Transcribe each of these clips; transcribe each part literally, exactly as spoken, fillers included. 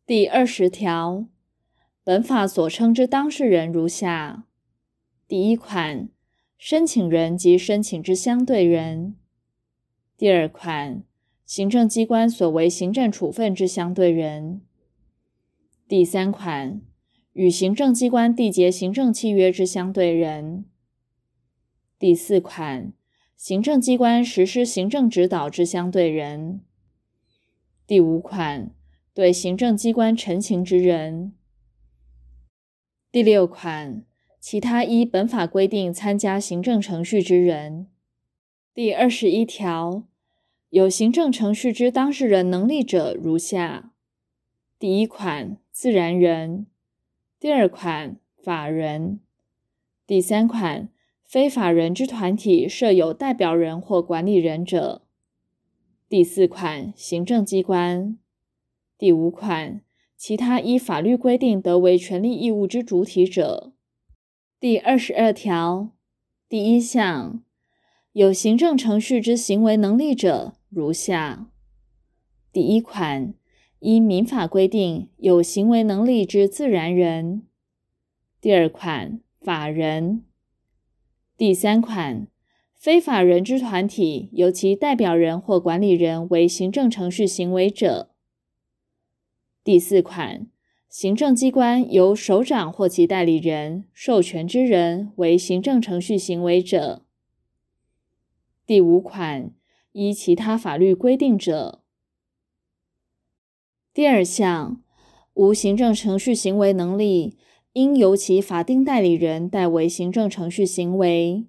第二十条，本法所称之当事人如下：第一款，申请人及申请之相对人；第二款，行政机关所为行政处分之相对人；第三款，与行政机关缔结行政契约之相对人；第四款，行政机关实施行政指导之相对人；第五款，对行政机关陈情之人；第六款，其他依本法规定参加行政程序之人。第二十一条，有行政程序之当事人能力者如下：第一款，自然人；第二款，法人；第三款，非法人之团体设有代表人或管理人者；第四款，行政机关；第五款，其他依法律规定得为权利义务之主体者。第二十二条，第一项，有行政程序之行为能力者如下：第一款，依民法规定有行为能力之自然人；第二款，法人；第三款，非法人之团体由其代表人或管理人为行政程序行为者；第四款，行政机关由首长或其代理人、授权之人为行政程序行为者；第五款，依其他法律规定者。第二项，无行政程序行为能力，应由其法定代理人代为行政程序行为。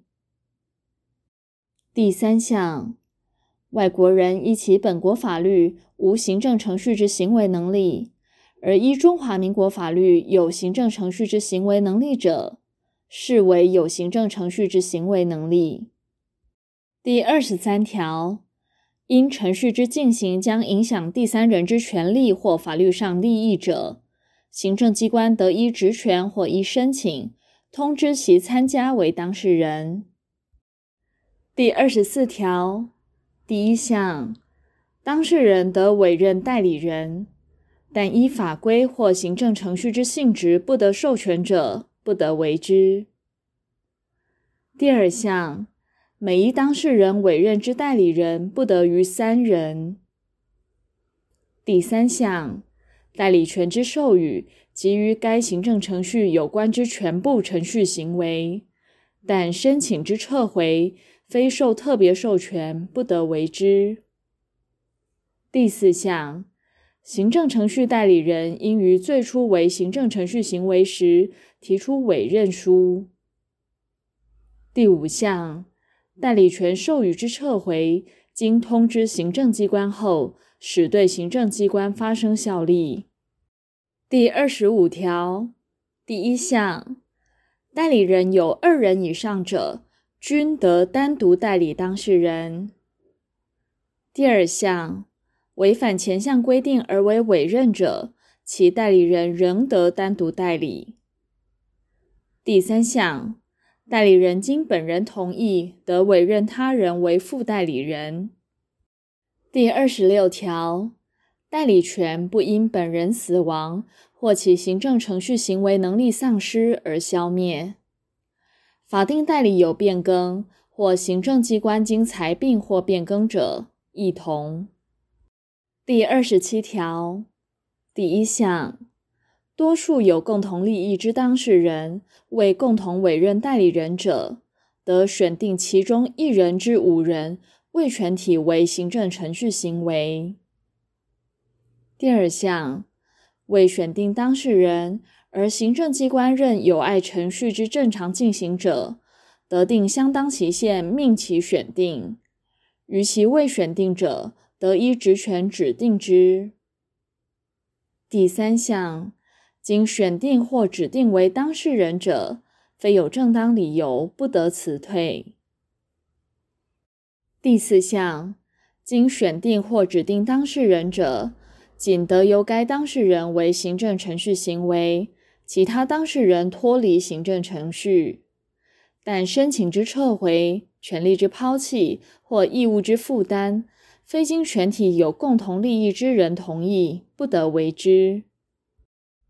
第三项，外国人依其本国法律无行政程序之行为能力，而依中华民国法律有行政程序之行为能力者，视为有行政程序之行为能力。第二十三条，因程序之进行将影响第三人之权利或法律上利益者，行政机关得依职权或依申请，通知其参加为当事人。第二十四条，第一项，当事人得委任代理人，但依法规或行政程序之性质不得授权者，不得为之。第二项，每一当事人委任之代理人不得逾三人。第三项，代理权之授予及于该行政程序有关之全部程序行为，但申请之撤回非受特别授权，不得为之。第四项，行政程序代理人应于最初为行政程序行为时提出委任书。第五项，代理权授予之撤回，经通知行政机关后，使对行政机关发生效力。第二十五条，第一项，代理人有二人以上者，均得单独代理当事人。第二项，违反前项规定而为委任者，其代理人仍得单独代理。第三项，代理人经本人同意，得委任他人为副代理人。第二十六条，代理权不因本人死亡或其行政程序行为能力丧失而消灭。法定代理有变更，或行政机关经裁并或变更者，亦同。第二十七条，第一项，多数有共同利益之当事人为共同委任代理人者，得选定其中一人之五人为全体为行政程序行为。第二项，为选定当事人而行政机关认有碍程序之正常进行者，得定相当期限命其选定，于其未选定者，得依职权指定之。第三项，经选定或指定为当事人者，非有正当理由，不得辞退。第四项，经选定或指定当事人者，仅得由该当事人为行政程序行为，其他当事人脱离行政程序，但申请之撤回、权利之抛弃或义务之负担，非经全体有共同利益之人同意，不得为之。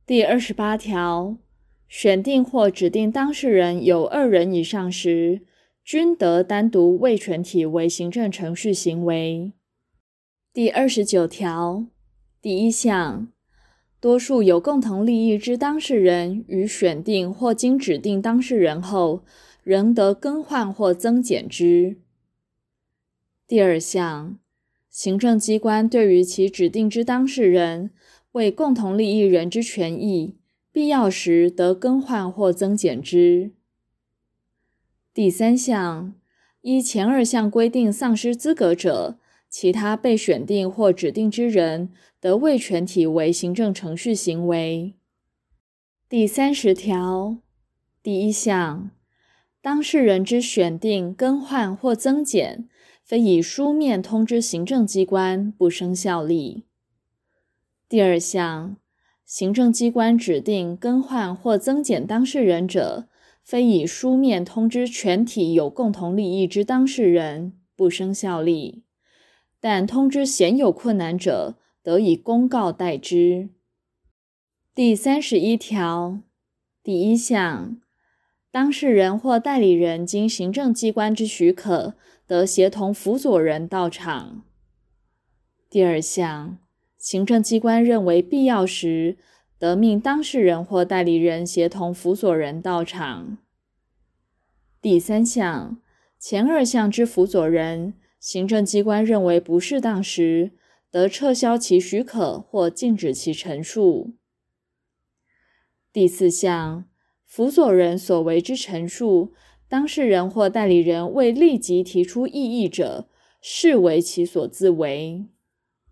第二十八条，选定或指定当事人有二人以上时，均得单独为全体为行政程序行为。第二十九条，第一项，多数有共同利益之当事人于选定或经指定当事人后，仍得更换或增减之。第二项，行政机关对于其指定之当事人为共同利益人之权益，必要时得更换或增减之。第三项，依前二项规定丧失资格者，其他被选定或指定之人，得为全体为行政程序行为。第三十条，第一项，当事人之选定、更换或增减，非以书面通知行政机关，不生效力。第二项，行政机关指定、更换或增减当事人者，非以书面通知全体有共同利益之当事人，不生效力。但通知鲜有困难者，得以公告代之。第三十一条，第一项，当事人或代理人经行政机关之许可，得协同辅佐人到场。第二项，行政机关认为必要时，得命当事人或代理人协同辅佐人到场。第三项，前二项之辅佐人，行政机关认为不适当时，得撤销其许可或禁止其陈述。第四项，辅佐人所为之陈述，当事人或代理人未立即提出异议者，视为其所自为。